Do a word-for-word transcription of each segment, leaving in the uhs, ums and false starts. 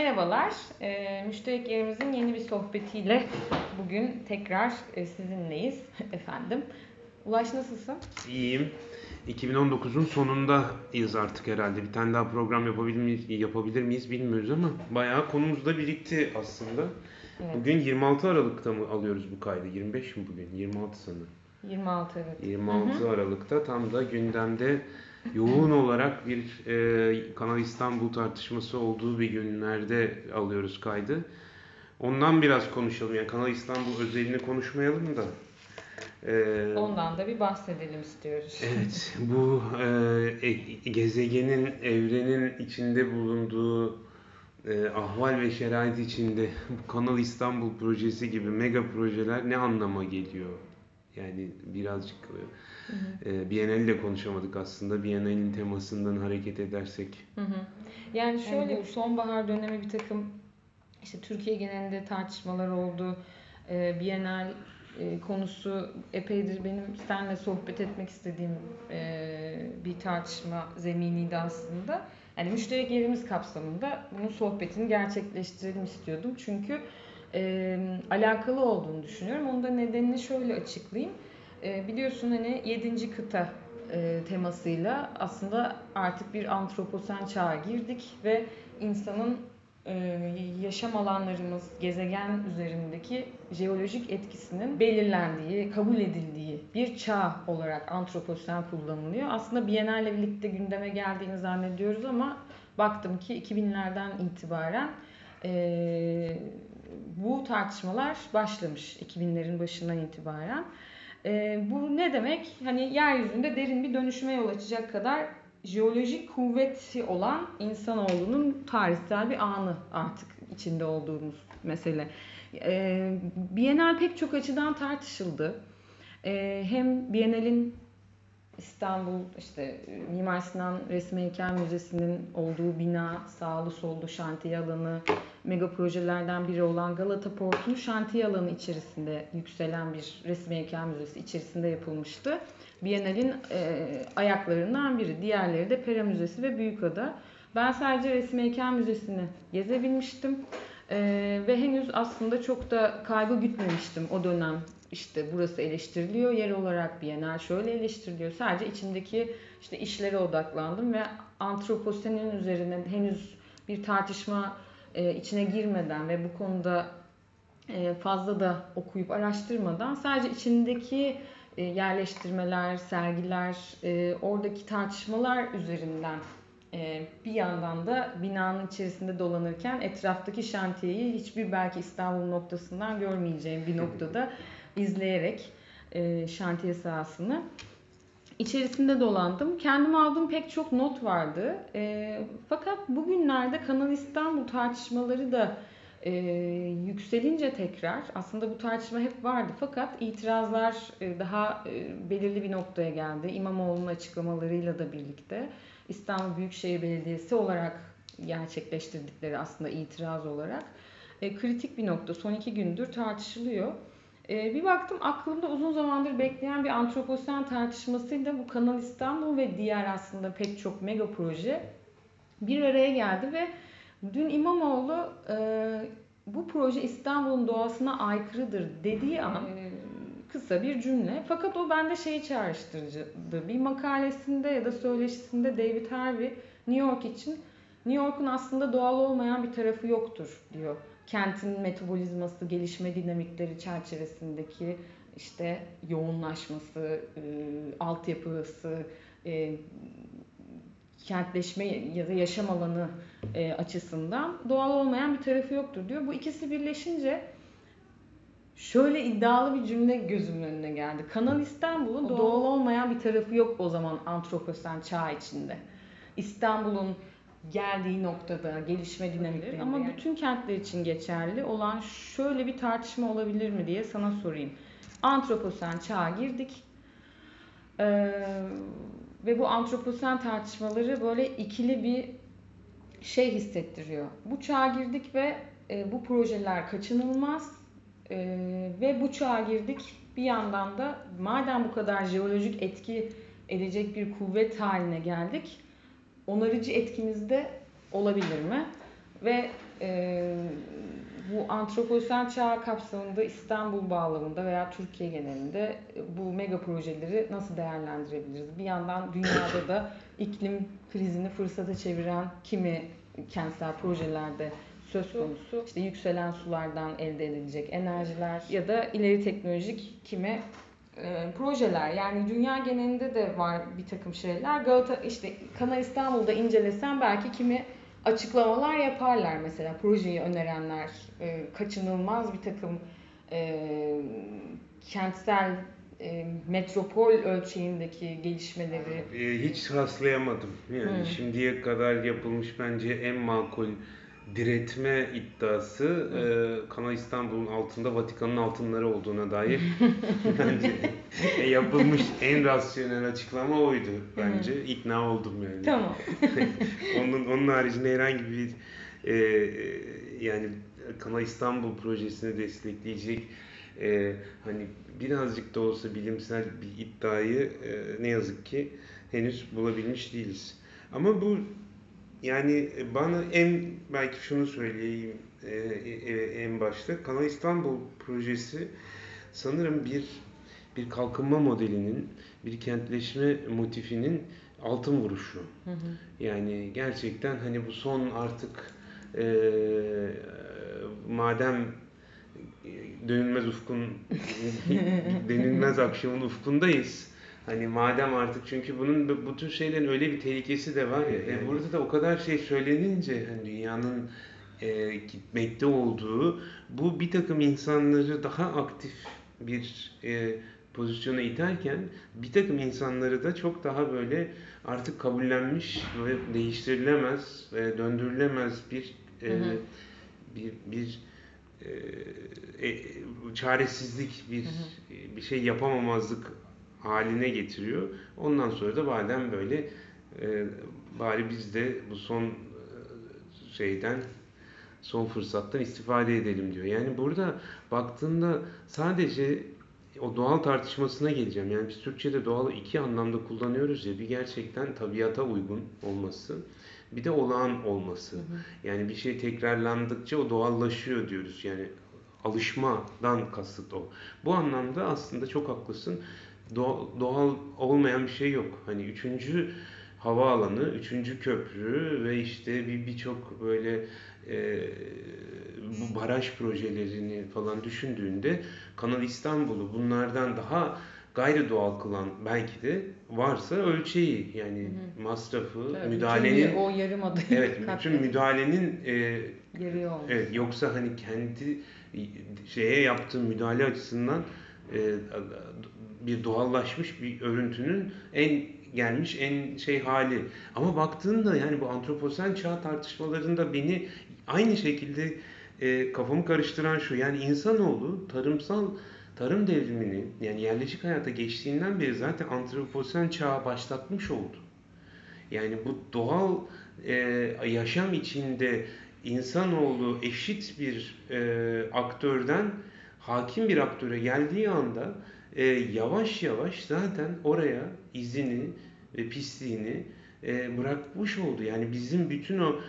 Merhabalar, e, müşterek yerimizin yeni bir sohbetiyle bugün tekrar e, sizinleyiz efendim. Ulaş nasılsın? İyiyim. iki bin on dokuzun sonundayız artık herhalde. Bir tane daha program yapabilir miyiz, yapabilir miyiz bilmiyoruz ama bayağı konumuz da birikti aslında. Evet. Bugün yirmi altı Aralık'ta mı alıyoruz bu kaydı? yirmi beş mi bugün? yirmi altı sanırım. yirmi altı evet. yirmi altı Hı hı. Aralık'ta tam da gündemde yoğun olarak bir e, Kanal İstanbul tartışması olduğu bir günlerde alıyoruz kaydı. Ondan biraz konuşalım. Yani Kanal İstanbul özelini konuşmayalım da. Ee, Ondan da bir bahsedelim istiyoruz. Evet, bu e, gezegenin, evrenin içinde bulunduğu e, ahval ve şerait içinde bu Kanal İstanbul projesi gibi mega projeler ne anlama geliyor? Yani birazcık e, Biennale ile konuşamadık aslında. Biennale'in temasından hareket edersek. Hı hı. Yani şöyle bu sonbahar dönemi bir takım işte Türkiye genelinde tartışmalar oldu. E, Biennale e, konusu epeydir benim seninle sohbet etmek istediğim e, bir tartışma zeminiydi aslında. Yani müşterek yerimiz kapsamında bunun sohbetini gerçekleştirelim istiyordum. Çünkü e, alakalı olduğunu düşünüyorum. Onun da nedenini şöyle açıklayayım. E, biliyorsun hani yedinci kıta e, temasıyla aslında artık bir antroposen çağa girdik ve insanın yaşam alanlarımız, gezegen üzerindeki jeolojik etkisinin belirlendiği, kabul edildiği bir çağ olarak antroposen kullanılıyor. Aslında Biennale ile birlikte gündeme geldiğini zannediyoruz ama baktım ki iki binlerden itibaren e, bu tartışmalar başlamış. iki binlerin başından itibaren. E, bu ne demek? Hani yeryüzünde derin bir dönüşüme yol açacak kadar jeolojik kuvveti olan insanoğlunun tarihsel bir anı artık içinde olduğumuz mesele. E, Biennale pek çok açıdan tartışıldı. E, hem Biennale'in İstanbul işte Mimar Sinan Resmi Heykel Müzesi'nin olduğu bina, sağlı sollu şantiye alanı, mega projelerden biri olan Galata Portu'nun şantiye alanı içerisinde yükselen bir resmi heykel müzesi içerisinde yapılmıştı. Biennale'in e, ayaklarından biri. Diğerleri de Pera Müzesi ve Büyükada. Ben sadece Resmi Heykel Müzesi'ni gezebilmiştim. E, ve henüz aslında çok da kaygı gütmemiştim o dönem. İşte burası eleştiriliyor, yer olarak Biennale şöyle eleştiriliyor. Sadece içindeki işte işlere odaklandım ve antroposenin üzerine henüz bir tartışma e, içine girmeden ve bu konuda e, fazla da okuyup araştırmadan sadece içindeki e, yerleştirmeler, sergiler, e, oradaki tartışmalar üzerinden e, bir yandan da binanın içerisinde dolanırken etraftaki şantiyeyi hiçbir belki İstanbul noktasından görmeyeceğim bir noktada izleyerek e, şantiye sahasını içerisinde dolandım. Kendim aldığım pek çok not vardı. E, fakat bugünlerde Kanal İstanbul tartışmaları da e, yükselince tekrar aslında bu tartışma hep vardı. Fakat itirazlar e, daha e, belirli bir noktaya geldi. İmamoğlu'nun açıklamalarıyla da birlikte İstanbul Büyükşehir Belediyesi olarak gerçekleştirdikleri aslında itiraz olarak e, kritik bir nokta. Son iki gündür tartışılıyor. Bir baktım aklımda uzun zamandır bekleyen bir antroposen tartışmasıyla bu Kanal İstanbul ve diğer aslında pek çok mega proje bir araya geldi ve dün İmamoğlu bu proje İstanbul'un doğasına aykırıdır dediği an kısa bir cümle. Fakat o bende şeyi çağrıştırdı. Bir makalesinde ya da söyleşisinde David Harvey New York için New York'un aslında doğal olmayan bir tarafı yoktur diyor. Kentin metabolizması, gelişme dinamikleri çerçevesindeki işte yoğunlaşması, e, altyapısı, e, kentleşme ya da yaşam alanı e, açısından doğal olmayan bir tarafı yoktur diyor. Bu ikisi birleşince şöyle iddialı bir cümle gözümün önüne geldi. Kanal İstanbul'un doğal, doğal olmayan bir tarafı yok o zaman antroposen çağ içinde. İstanbul'un geldiği noktada gelişme dinamikleri ama yani bütün kentler için geçerli olan şöyle bir tartışma olabilir mi diye sana sorayım. Antroposen çağa girdik ee, ve bu antroposen tartışmaları böyle ikili bir şey hissettiriyor. Bu çağa girdik ve e, bu projeler kaçınılmaz e, ve bu çağa girdik bir yandan da madem bu kadar jeolojik etki edecek bir kuvvet haline geldik, onarıcı etkimiz de olabilir mi? Ve e, bu antroposen çağ kapsamında İstanbul bağlamında veya Türkiye genelinde bu mega projeleri nasıl değerlendirebiliriz? Bir yandan dünyada da iklim krizini fırsata çeviren kimi kentsel projelerde söz konusu. İşte yükselen sulardan elde edilecek enerjiler ya da ileri teknolojik kimi e, projeler. Yani dünya genelinde de var bir takım şeyler. Galata işte Kanal İstanbul'da incelesen belki kimi açıklamalar yaparlar mesela projeyi önerenler e, kaçınılmaz bir takım e, kentsel e, metropol ölçeğindeki gelişmeleri. E, hiç rastlayamadım. Yani Hmm. şimdiye kadar yapılmış bence en makul diretme iddiası e, Kanal İstanbul'un altında Vatikan'ın altınları olduğuna dair bence yapılmış en rasyonel açıklama oydu bence. İkna oldum yani. Tamam. Onun onun haricinde herhangi bir e, yani Kanal İstanbul projesini destekleyecek e, hani birazcık da olsa bilimsel bir iddiayı e, ne yazık ki henüz bulabilmiş değiliz. Ama bu yani bana en belki şunu söyleyeyim e, e, en başta Kanal İstanbul projesi sanırım bir bir kalkınma modelinin, bir kentleşme motifinin altın vuruşu. Hı hı. Yani gerçekten hani bu son artık e, madem dönülmez ufkun dönülmez akşamın ufkundayız. Hani madem artık çünkü bunun bu tür şeylerin öyle bir tehlikesi de var ya. Yani burada da o kadar şey söylenince hani dünyanın e, gitmekte olduğu bu bir takım insanları daha aktif bir e, pozisyona iterken bir takım insanları da çok daha böyle artık kabullenmiş ve değiştirilemez ve döndürülemez bir e, Hı hı. bir bir e, e, çaresizlik bir Hı hı. bir şey yapamamazlık haline getiriyor. Ondan sonra da badem böyle e, bari biz de bu son e, şeyden son fırsattan istifade edelim diyor. Yani burada baktığında sadece o doğal tartışmasına geleceğim. Yani biz Türkçe'de doğalı iki anlamda kullanıyoruz ya. Bir gerçekten tabiata uygun olması, bir de olağan olması. Hı hı. Yani bir şey tekrarlandıkça o doğallaşıyor diyoruz. Yani alışmadan kasıt o. Bu anlamda aslında çok haklısın. Doğal, doğal olmayan bir şey yok. Hani üçüncü havaalanı, üçüncü köprü ve işte bir birçok böyle e, bu baraj projelerini falan düşündüğünde Kanal İstanbul'u bunlardan daha gayri doğal kılan belki de varsa ölçeği yani Hı hı. masrafı, Tabii, müdahalenin bütün o yarım adayı evet bütün katledip müdahalenin e, geriye olması. evet yoksa hani kendi şeye yaptığı müdahale açısından e, bir doğallaşmış bir örüntünün en gelmiş en şey hali. Ama baktığında yani bu antroposen çağ tartışmalarında beni aynı şekilde e, kafamı karıştıran şu. Yani insanoğlu tarımsal tarım devrimini yani yerleşik hayata geçtiğinden beri zaten antroposen çağı başlatmış oldu. Yani bu doğal e, yaşam içinde insanoğlu eşit bir e, aktörden hakim bir aktöre geldiği anda e, yavaş yavaş zaten oraya izini ve pisliğini e, bırakmış oldu. Yani bizim bütün o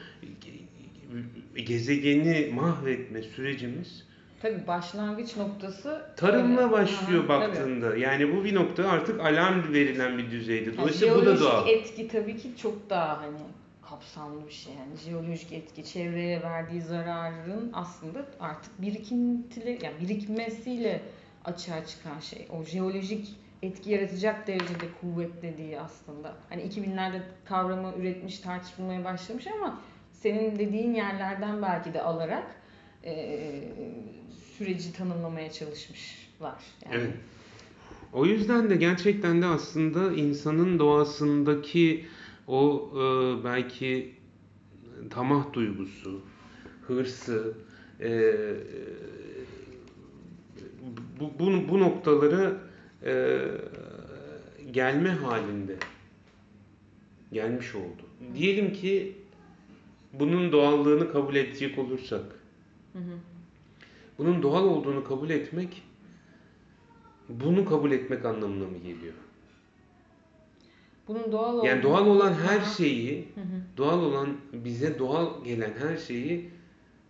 gezegeni mahvetme sürecimiz Tabii başlangıç noktası tarımla öyle. başlıyor Aha, baktığında. tabii. Yani bu bir nokta artık alarm verilen bir düzeyde. Yani Dolayısıyla bu da jeolojik doğal. etki tabii ki çok daha hani kapsamlı bir şey. Yani jeolojik etki, çevreye verdiği zararın aslında artık birikintili, yani birikmesiyle açığa çıkan şey. O jeolojik etki yaratacak derecede kuvvetlediği aslında. Hani iki binlerde kavramı üretmiş, tartışılmaya başlamış ama senin dediğin yerlerden belki de alarak e, süreci tanımlamaya çalışmışlar. Yani. Evet. O yüzden de gerçekten de aslında insanın doğasındaki o e, belki tamah duygusu, hırsı, e, bu, bu, bu noktalara e, gelme halinde gelmiş oldu. Diyelim ki bunun doğallığını kabul edecek olursak, Hı hı. bunun doğal olduğunu kabul etmek, bunu kabul etmek anlamına mı geliyor? Bunun doğal olduğunu... Yani doğal olan her şeyi, Hı hı. doğal olan bize doğal gelen her şeyi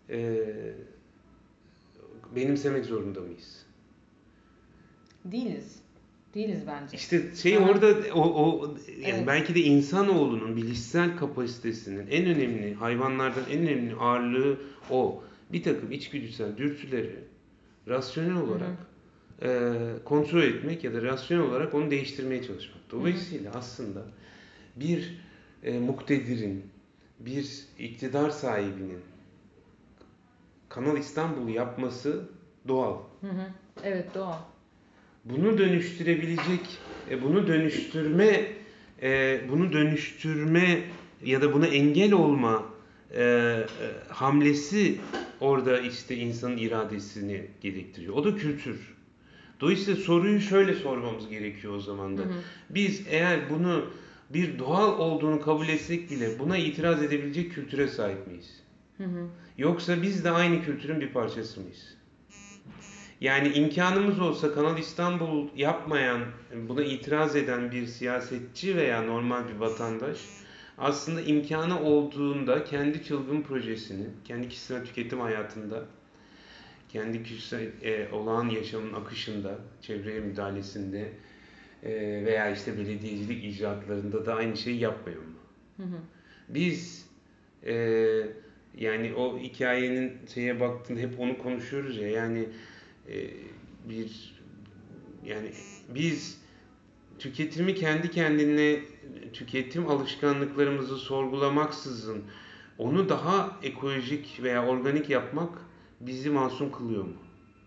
e, benimsemek zorunda mıyız? Değiliz. Değiliz bence. İşte şey Aha. orada o, o yani Evet. belki de insanoğlunun bilişsel kapasitesinin en önemli, hayvanlardan en önemli ağırlığı o. Bir takım içgüdüsel dürtüleri rasyonel olarak e, kontrol etmek ya da rasyonel olarak onu değiştirmeye çalışmak. Dolayısıyla aslında bir e, muktedirin, bir iktidar sahibinin Kanal İstanbul'u yapması doğal. Hı hı. Evet, doğal. Bunu dönüştürebilecek, e, bunu dönüştürme, e, bunu dönüştürme ya da buna engel olma e, e, hamlesi orada işte insanın iradesini gerektiriyor. O da kültür. Dolayısıyla soruyu şöyle sormamız gerekiyor o zaman da. Hı hı. Biz eğer bunu bir doğal olduğunu kabul etsek bile buna itiraz edebilecek kültüre sahip miyiz? Hı hı. Yoksa biz de aynı kültürün bir parçası mıyız? Yani imkanımız olsa Kanal İstanbul yapmayan, buna itiraz eden bir siyasetçi veya normal bir vatandaş aslında imkanı olduğunda kendi çılgın projesini, kendi kişisel tüketim hayatında, kendi kişisel e, olağan yaşamın akışında, çevreye müdahalesinde e, veya işte belediyecilik icraatlarında da aynı şeyi yapmıyor mu? Hı hı. Biz e, yani o hikayenin şeye baktığında hep onu konuşuyoruz ya yani e, bir yani biz tüketimi kendi kendine tüketim alışkanlıklarımızı sorgulamaksızın onu daha ekolojik veya organik yapmak bizi masum kılıyor mu?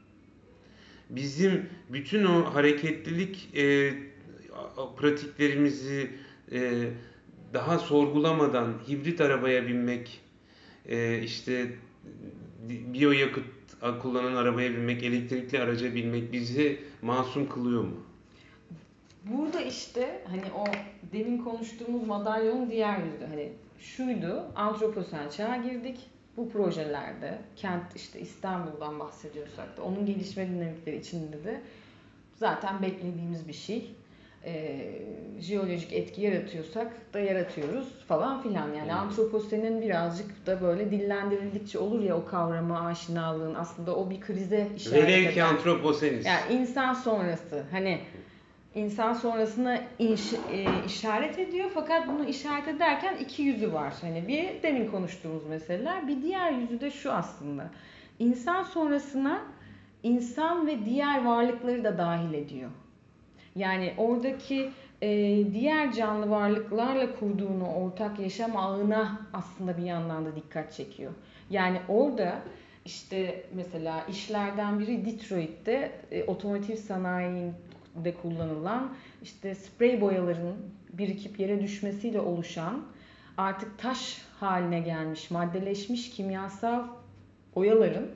Bizim bütün o hareketlilik e, pratiklerimizi e, daha sorgulamadan hibrit arabaya binmek, e, işte biyoyakıt kullanan arabaya binmek, elektrikli araca binmek bizi masum kılıyor mu? Burada işte hani o demin konuştuğumuz madalyonun diğer yüzü hani şuydu, antroposen çağa girdik. Bu projelerde kent işte İstanbul'dan bahsediyorsak da onun gelişme dinamikleri içinde de zaten beklediğimiz bir şey. Ee, jeolojik etki yaratıyorsak da yaratıyoruz falan filan. Yani Hmm. antroposenin birazcık da böyle dillendirildikçe olur ya o kavrama aşinalığın aslında o bir krize işaret Velev ki eden. antroposeniz. Yani insan sonrası hani insan sonrasına inş, e, işaret ediyor fakat bunu işaret ederken iki yüzü var. Hani bir demin konuştuğumuz meseleler, bir diğer yüzü de şu aslında. İnsan sonrasına insan ve diğer varlıkları da dahil ediyor. Yani oradaki e, diğer canlı varlıklarla kurduğunu ortak yaşam ağına aslında bir yandan da dikkat çekiyor. Yani orada işte mesela işlerden biri Detroit'te e, otomotiv sanayinde kullanılan işte sprey boyaların birikip yere düşmesiyle oluşan artık taş haline gelmiş, maddeleşmiş kimyasal boyaların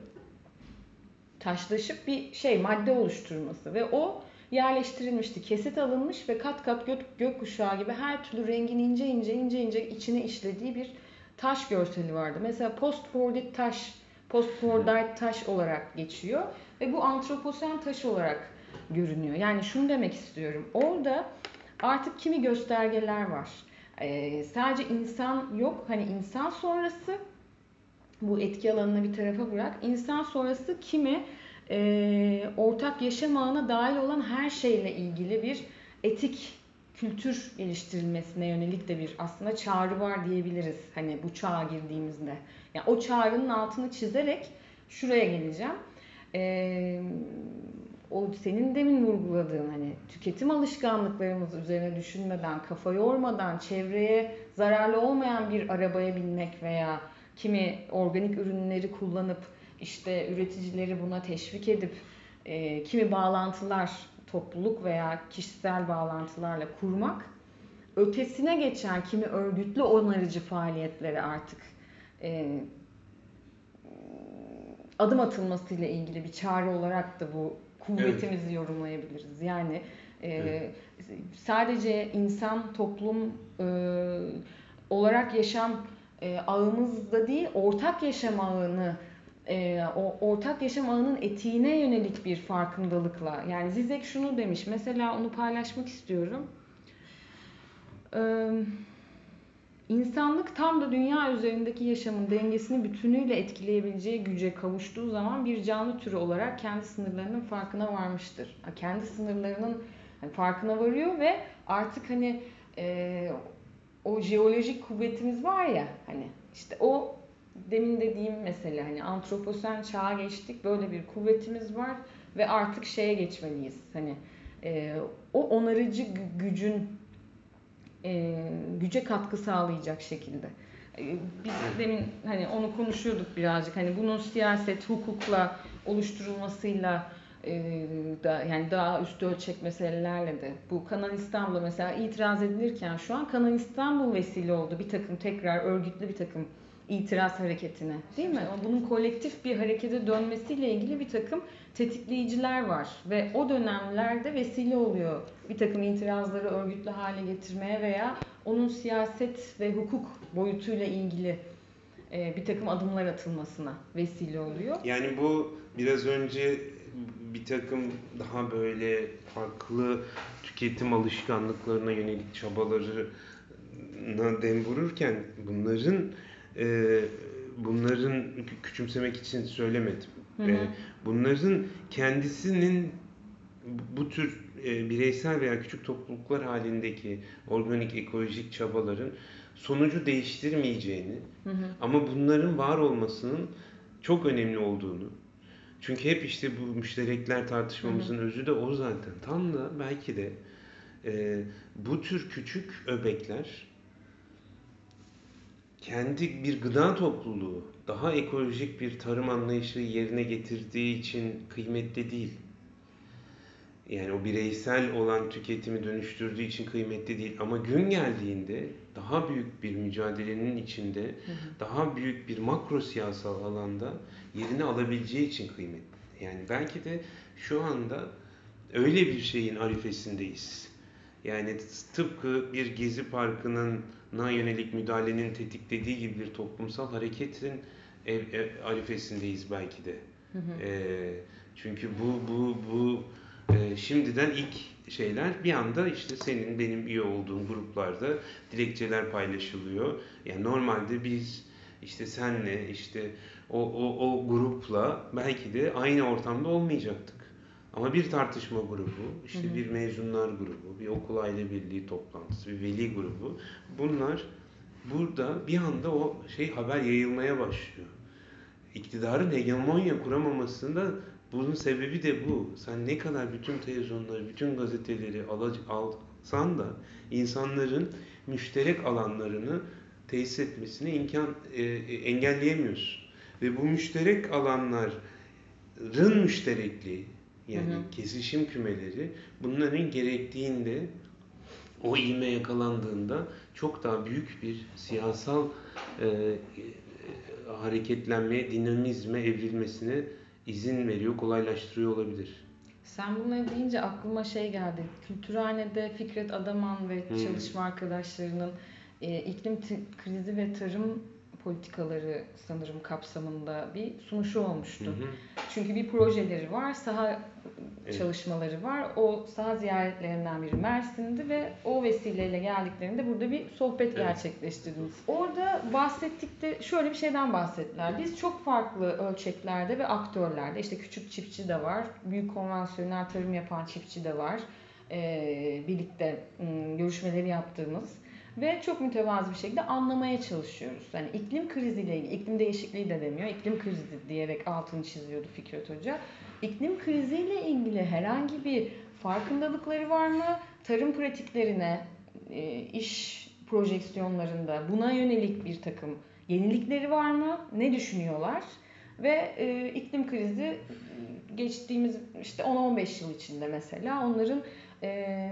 taşlaşıp bir şey madde oluşturması ve o yerleştirilmişti. Kesit alınmış ve kat kat gök, gökkuşağı gibi her türlü rengin ince ince ince ince içine işlediği bir taş görseli vardı. Mesela post-fordit taş, post-fordite taş olarak geçiyor ve bu antroposen taş olarak görünüyor. Yani şunu demek istiyorum. Orada artık kimi göstergeler var. Ee, sadece insan yok. Hani insan sonrası bu etki alanını bir tarafa bırak. İnsan sonrası kimi e, ortak yaşam ağına dahil olan her şeyle ilgili bir etik kültür geliştirilmesine yönelik de bir aslında çağrı var diyebiliriz. Hani bu çağa girdiğimizde. Yani o çağrının altını çizerek şuraya geleceğim. E, o senin demin vurguladığın hani tüketim alışkanlıklarımız üzerine düşünmeden, kafa yormadan, çevreye zararlı olmayan bir arabaya binmek veya kimi organik ürünleri kullanıp işte üreticileri buna teşvik edip e, kimi bağlantılar topluluk veya kişisel bağlantılarla kurmak, ötesine geçen kimi örgütlü onarıcı faaliyetlere artık e, adım atılmasıyla ilgili bir çağrı olarak da bu kuvvetimizi evet. yorumlayabiliriz. Yani e, evet. sadece insan, toplum e, olarak yaşam e, ağımızda değil, ortak yaşam ağını e, o ortak yaşam ağının etiğine yönelik bir farkındalıkla. Yani Zizek şunu demiş, mesela onu paylaşmak istiyorum. E, İnsanlık tam da dünya üzerindeki yaşamın dengesini bütünüyle etkileyebileceği güce kavuştuğu zaman bir canlı türü olarak kendi sınırlarının farkına varmıştır. Kendi sınırlarının farkına varıyor ve artık hani e, o jeolojik kuvvetimiz var ya, hani işte o demin dediğim mesele, hani antroposen çağa geçtik, böyle bir kuvvetimiz var ve artık şeye geçmeliyiz. Hani e, o onarıcı gücün e, güce katkı sağlayacak şekilde. E, biz demin hani onu konuşuyorduk birazcık. Hani bunun siyaset, hukukla oluşturulmasıyla e, da yani daha üst ölçek meselelerle de bu Kanal İstanbul'a mesela itiraz edilirken şu an Kanal İstanbul vesile oldu bir takım tekrar örgütlü bir takım itiraz hareketine, değil mi? Bunun kolektif bir harekete dönmesiyle ilgili bir takım tetikleyiciler var ve o dönemlerde vesile oluyor bir takım itirazları örgütlü hale getirmeye veya onun siyaset ve hukuk boyutuyla ilgili bir takım adımlar atılmasına vesile oluyor. Yani bu biraz önce bir takım daha böyle farklı tüketim alışkanlıklarına yönelik çabalarına dem vururken bunların e, bunların küçümsemek için söylemedim. Hı hı. E, bunların kendisinin bu tür e, bireysel veya küçük topluluklar halindeki organik ekolojik çabaların sonucu değiştirmeyeceğini, hı hı. ama bunların var olmasının çok önemli olduğunu. Çünkü hep işte bu müşterekler tartışmamızın hı hı. özü de o zaten. Tam da belki de e, bu tür küçük öbekler kendi bir gıda topluluğu, daha ekolojik bir tarım anlayışı yerine getirdiği için kıymetli değil. Yani o bireysel olan tüketimi dönüştürdüğü için kıymetli değil. Ama gün geldiğinde daha büyük bir mücadelenin içinde, hı hı. daha büyük bir makro siyasal alanda yerini alabileceği için kıymetli. Yani belki de şu anda öyle bir şeyin arifesindeyiz. Yani tıpkı bir Gezi Parkı'nın na yönelik müdahalenin tetiklediği gibi bir toplumsal hareketin ev, ev, arifesindeyiz belki de. Hı hı. E, çünkü bu bu bu e, şimdiden ilk şeyler bir anda işte senin benim üye olduğun gruplarda dilekçeler paylaşılıyor. Yani normalde biz işte senle işte o o o grupla belki de aynı ortamda olmayacaktık. Ama bir tartışma grubu, işte hı hı. bir mezunlar grubu, bir okul aile birliği toplantısı, bir veli grubu. Bunlar burada bir anda o şey haber yayılmaya başlıyor. İktidarın hegemonya kuramamasında bunun sebebi de bu. Sen ne kadar bütün televizyonları, bütün gazeteleri alsan da insanların müşterek alanlarını tesis etmesine imkan e, engelleyemiyorsun. Ve bu müşterek alanların müşterekliği, yani hı hı. kesişim kümeleri bunların gerektiğinde o ivme yakalandığında çok daha büyük bir siyasal e, e, hareketlenmeye, dinamizme evrilmesine izin veriyor, kolaylaştırıyor olabilir. Sen bunları deyince aklıma şey geldi. Kültürhane'de Fikret Adaman ve hmm. çalışma arkadaşlarının e, iklim t- krizi ve tarım politikaları sanırım kapsamında bir sunuşu olmuştu. Hı hı. Çünkü bir projeleri var, saha evet. çalışmaları var. O saha ziyaretlerinden biri Mersin'di ve o vesileyle geldiklerinde burada bir sohbet evet. gerçekleştirdiniz. Orada bahsettikte şöyle bir şeyden bahsettiler. Biz çok farklı ölçeklerde ve aktörlerde, işte küçük çiftçi de var, büyük konvansiyonel tarım yapan çiftçi de var. Ee, birlikte ım, görüşmeleri yaptığımız ve çok mütevazı bir şekilde anlamaya çalışıyoruz. Yani iklim kriziyle ilgili, iklim değişikliği de demiyor, iklim krizi diyerek altını çiziyordu Fikret Hoca. İklim kriziyle ilgili herhangi bir farkındalıkları var mı? Tarım pratiklerine, iş projeksiyonlarında buna yönelik bir takım yenilikleri var mı? Ne düşünüyorlar? Ve e, iklim krizi geçtiğimiz işte on on beş yıl içinde mesela onların e,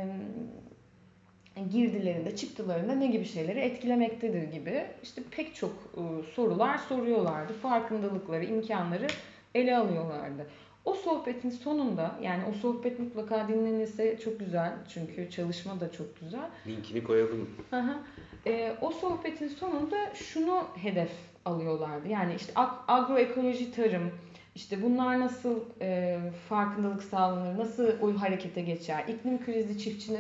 girdilerinde, çıktılarında ne gibi şeyleri etkilemektedir gibi işte pek çok e, sorular soruyorlardı. Farkındalıkları, imkanları ele alıyorlardı. O sohbetin sonunda, yani o sohbet mutlaka dinlenirse çok güzel çünkü çalışma da çok güzel. Linkini koyalım. Hı hı. E, o sohbetin sonunda şunu hedef alıyorlardı. Yani işte agroekoloji tarım, işte bunlar nasıl e, farkındalık sağlanır, nasıl o harekete geçer, iklim krizi çiftçinin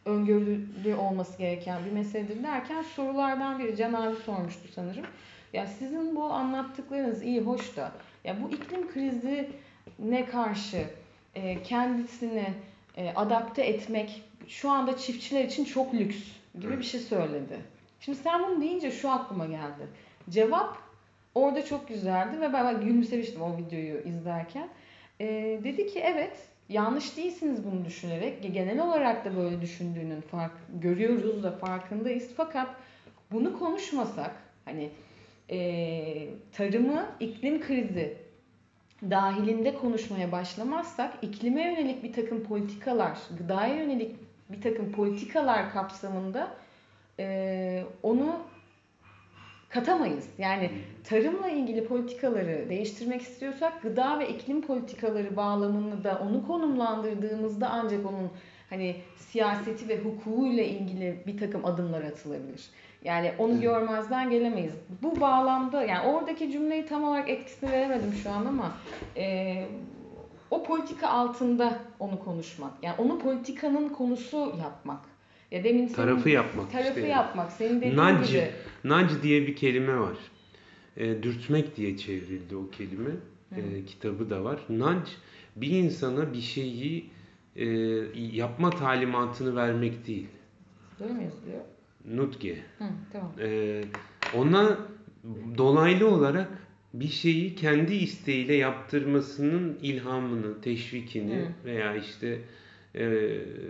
öngörülü olması gereken bir meseledir derken sorulardan biri Can abi sormuştu sanırım. Ya sizin bu anlattıklarınız iyi hoş da ya bu iklim krizine karşı e, kendisini e, adapte etmek şu anda çiftçiler için çok lüks gibi bir şey söyledi. Şimdi sen bunu deyince şu aklıma geldi. Cevap orada çok güzeldi ve ben gülümsemiştim o videoyu izlerken. E, dedi ki evet, yanlış değilsiniz bunu düşünerek. Genel olarak da böyle düşündüğünün fark görüyoruz da farkındayız. Fakat bunu konuşmasak, hani e, tarımı iklim krizi dahilinde konuşmaya başlamazsak, iklime yönelik bir takım politikalar, gıdaya yönelik bir takım politikalar kapsamında e, onu katamayız. Yani tarımla ilgili politikaları değiştirmek istiyorsak gıda ve iklim politikaları bağlamını da onu konumlandırdığımızda ancak onun hani siyaseti ve hukukuyla ilgili bir takım adımlar atılabilir. Yani onu görmezden gelemeyiz. Bu bağlamda yani oradaki cümleyi tam olarak etkisini veremedim şu an ama e, o politika altında onu konuşmak. Yani onu politikanın konusu yapmak. Ya demin Tarafı senin, yapmak tarafı işte. yapmak. Senin dediğin Nudge, gibi. nudge diye bir kelime var. E, dürtmek diye çevrildi o kelime. E, kitabı da var. Nudge bir insana bir şeyi e, yapma talimatını vermek değil. Böyle mi yazılıyor? Nudge. Hı, tamam. E, ona dolaylı olarak bir şeyi kendi isteğiyle yaptırmasının ilhamını, teşvikini Hı. veya işte e,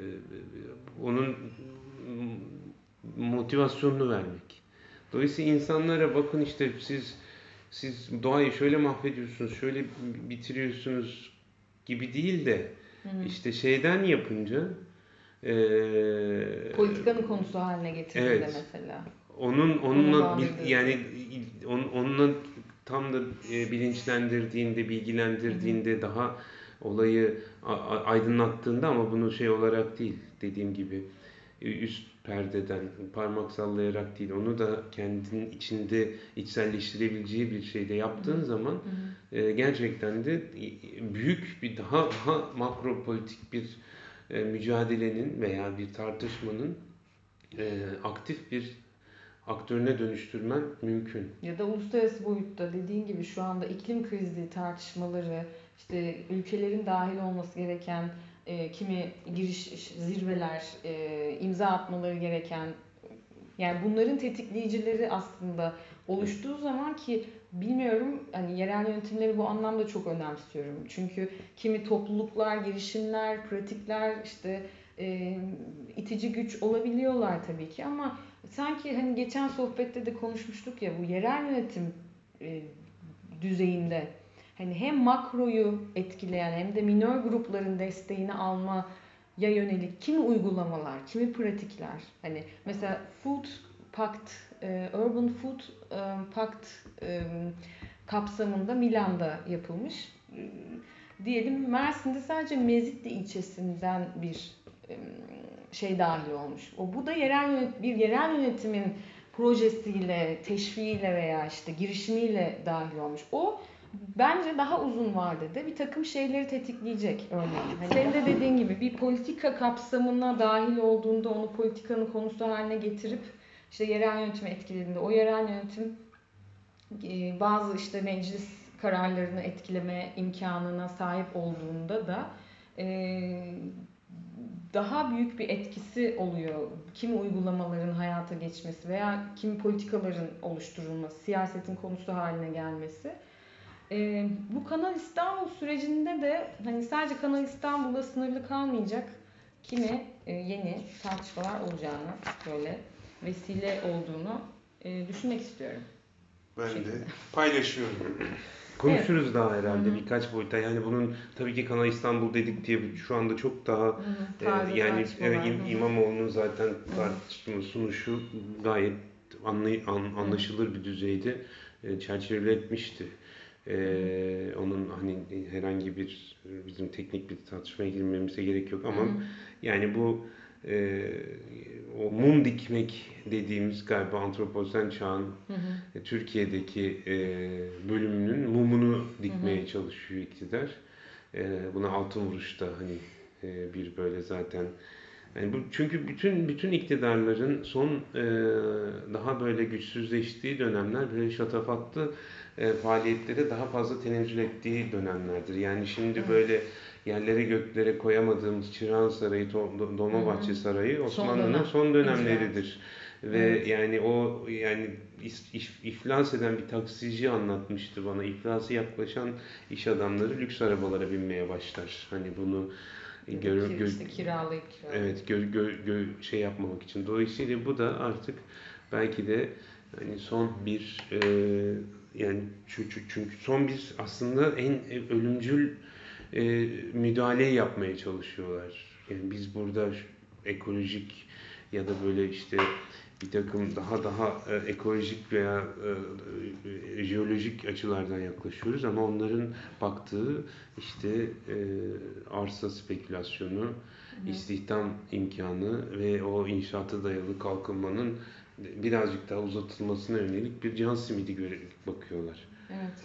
onun motivasyonunu vermek. Dolayısıyla insanlara bakın işte siz siz doğayı şöyle mahvediyorsunuz, şöyle bitiriyorsunuz gibi değil de Hı hı. işte şeyden yapınca e, Politikanın konusu haline getirdiğinde evet, mesela. onun Onu onunla bil- bağladığı. yani on, onunla tam da e, bilinçlendirdiğinde, bilgilendirdiğinde daha olayı a- a- aydınlattığında ama bunu şey olarak değil dediğim gibi üst perdeden parmak sallayarak değil onu da kendinin içinde içselleştirebileceği bir şeyde yaptığın Hı hı. zaman Hı hı. e, gerçekten de büyük bir daha daha makro politik bir e, mücadelenin veya bir tartışmanın e, aktif bir aktörüne dönüştürmen mümkün. Ya da uluslararası boyutta dediğin gibi şu anda iklim krizi tartışmaları, işte ülkelerin dahil olması gereken e, kimi giriş zirveler, e, imza atmaları gereken, yani bunların tetikleyicileri aslında oluştuğu zaman ki bilmiyorum hani yerel yönetimleri bu anlamda çok önemsiyorum. Çünkü kimi topluluklar, girişimler, pratikler işte e, itici güç olabiliyorlar tabii ki ama sanki hani geçen sohbette de konuşmuştuk ya bu yerel yönetim e, düzeyinde hani hem makroyu etkileyen hem de minor grupların desteğini alma ya yönelik kimi uygulamalar, kimi pratikler. Hani mesela Food Pact, e, Urban Food e, Pact e, kapsamında Milan'da yapılmış. E, diyelim Mersin'de sadece Mezitli ilçesinden bir e, şey dahil olmuş. O bu da yerel yönet, bir yerel yönetimin projesiyle, teşviğiyle veya işte girişimiyle dahil olmuş. O bence daha uzun vadede bir takım şeyleri tetikleyecek örneğin. Hani senin de dediğin gibi bir politika kapsamına dahil olduğunda onu politikanın konusu haline getirip işte yerel yönetimi etkilediğinde o yerel yönetim bazı işte meclis kararlarını etkileme imkanına sahip olduğunda da daha büyük bir etkisi oluyor. Kimi uygulamaların hayata geçmesi veya kimi politikaların oluşturulması, siyasetin konusu haline gelmesi. Ee, bu Kanal İstanbul sürecinde de hani sadece Kanal İstanbul'da sınırlı kalmayacak kimi e, yeni tartışmalar olacağını, böyle vesile olduğunu e, düşünmek istiyorum. Ben de paylaşıyorum. Konuşuruz evet. Daha herhalde Hı-hı. birkaç boyuta. Yani bunun tabii ki Kanal İstanbul dedik diye şu anda çok daha e, yani evet, İm, İmamoğlu'nun zaten tartışma sunuşu gayet anlay, an, anlaşılır bir düzeyde e, çerçeveletmişti. Ee, onun hani herhangi bir bizim teknik bir tartışmaya girmemize gerek yok ama Hı-hı. yani bu e, o mum dikmek dediğimiz galiba antroposen çağın hı hı. Türkiye'deki e, bölümünün mumunu dikmeye hı hı. çalışıyor iktidar. E, buna altın vuruşta hani e, bir böyle zaten Yani bu çünkü bütün bütün iktidarların son e, daha böyle güçsüzleştiği dönemler böyle şatafatlı e, faaliyetlere daha fazla tenezzül ettiği dönemlerdir. Yani şimdi Evet. böyle yerlere göklere koyamadığımız Çırağan Sarayı, Do- Dolmabahçe Sarayı Son Osmanlı'nın dönem son icraat. dönemleridir. Ve Evet. yani o yani is- if- iflas eden bir taksici anlatmıştı bana. İflası yaklaşan iş adamları lüks arabalara binmeye başlar. Hani bunu Ya da gör, ki, gö- işte kiralayıp kiralayıp. evet gö, gö, gö, şey yapmamak için. Dolayısıyla bu da artık belki de hani son bir e, yani çünkü, çünkü son bir aslında en ölümcül e, müdahaleyi yapmaya çalışıyorlar. Yani biz burada ekolojik ya da böyle işte bir takım daha daha e, ekolojik veya e, e, jeolojik açılardan yaklaşıyoruz ama onların baktığı işte e, arsa spekülasyonu, Hı. istihdam imkanı ve o inşaata dayalı kalkınmanın birazcık daha uzatılmasına yönelik bir can simidi göre bakıyorlar. Evet.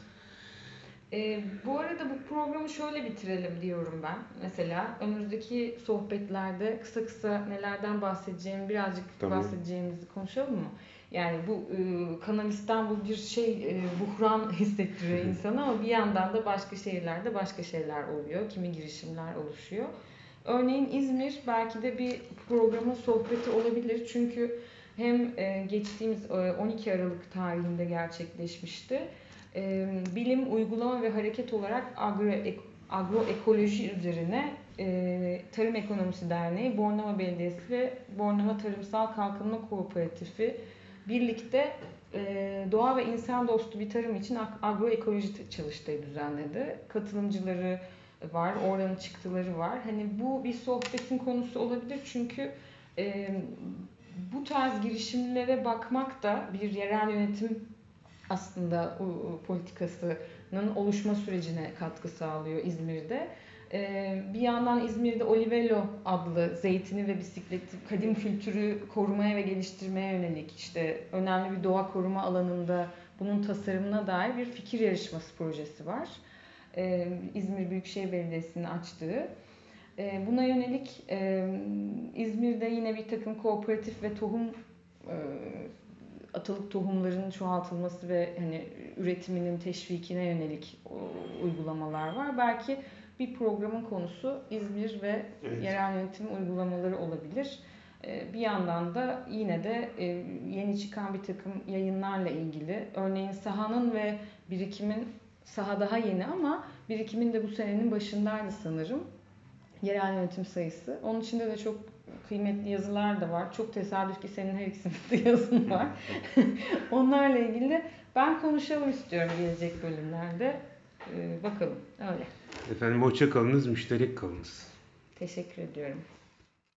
Ee, bu arada bu programı şöyle bitirelim diyorum ben. Mesela önümüzdeki sohbetlerde kısa kısa nelerden bahsedeceğimi birazcık Tamam. bahsedeceğimizi konuşalım mı? Yani bu e, Kanal İstanbul bir şey e, buhran hissettiriyor insana ama bir yandan da başka şehirlerde başka şeyler oluyor. Kimi girişimler oluşuyor. Örneğin İzmir belki de bir programın sohbeti olabilir. Çünkü hem e, geçtiğimiz e, on iki Aralık tarihinde gerçekleşmişti. E, bilim, uygulama ve hareket olarak agro, ek, agroekoloji üzerine e, Tarım Ekonomisi Derneği, Bornova Belediyesi ve Bornova Tarımsal Kalkınma Kooperatifi birlikte e, doğa ve insan dostu bir tarım için agroekoloji çalıştayı düzenledi. Katılımcıları var, oranın çıktıları var. Hani bu bir sohbetin konusu olabilir çünkü e, bu tarz girişimlere bakmak da bir yerel yönetim aslında o politikasının oluşma sürecine katkı sağlıyor İzmir'de. Ee, bir yandan İzmir'de Olivello adlı zeytini ve bisikleti kadim kültürü korumaya ve geliştirmeye yönelik işte önemli bir doğa koruma alanında bunun tasarımına dair bir fikir yarışması projesi var. Ee, İzmir Büyükşehir Belediyesi'nin açtığı. Ee, buna yönelik e, İzmir'de yine bir takım kooperatif ve tohum e, atalık tohumların çoğaltılması ve hani üretiminin teşvikine yönelik uygulamalar var. Belki bir programın konusu İzmir ve evet. yerel yönetim uygulamaları olabilir. Bir yandan da yine de yeni çıkan bir takım yayınlarla ilgili, örneğin sahanın ve birikimin, saha daha yeni ama birikimin de bu senenin başındaydı sanırım. Yerel yönetim sayısı. Onun içinde de çok kıymetli yazılar da var. Çok tesadüf ki senin her ikisinde de yazın var. Onlarla ilgili ben konuşalım istiyorum gelecek bölümlerde. Ee, bakalım öyle. Efendim hoşça kalınız, müşterek kalınız. Teşekkür ediyorum.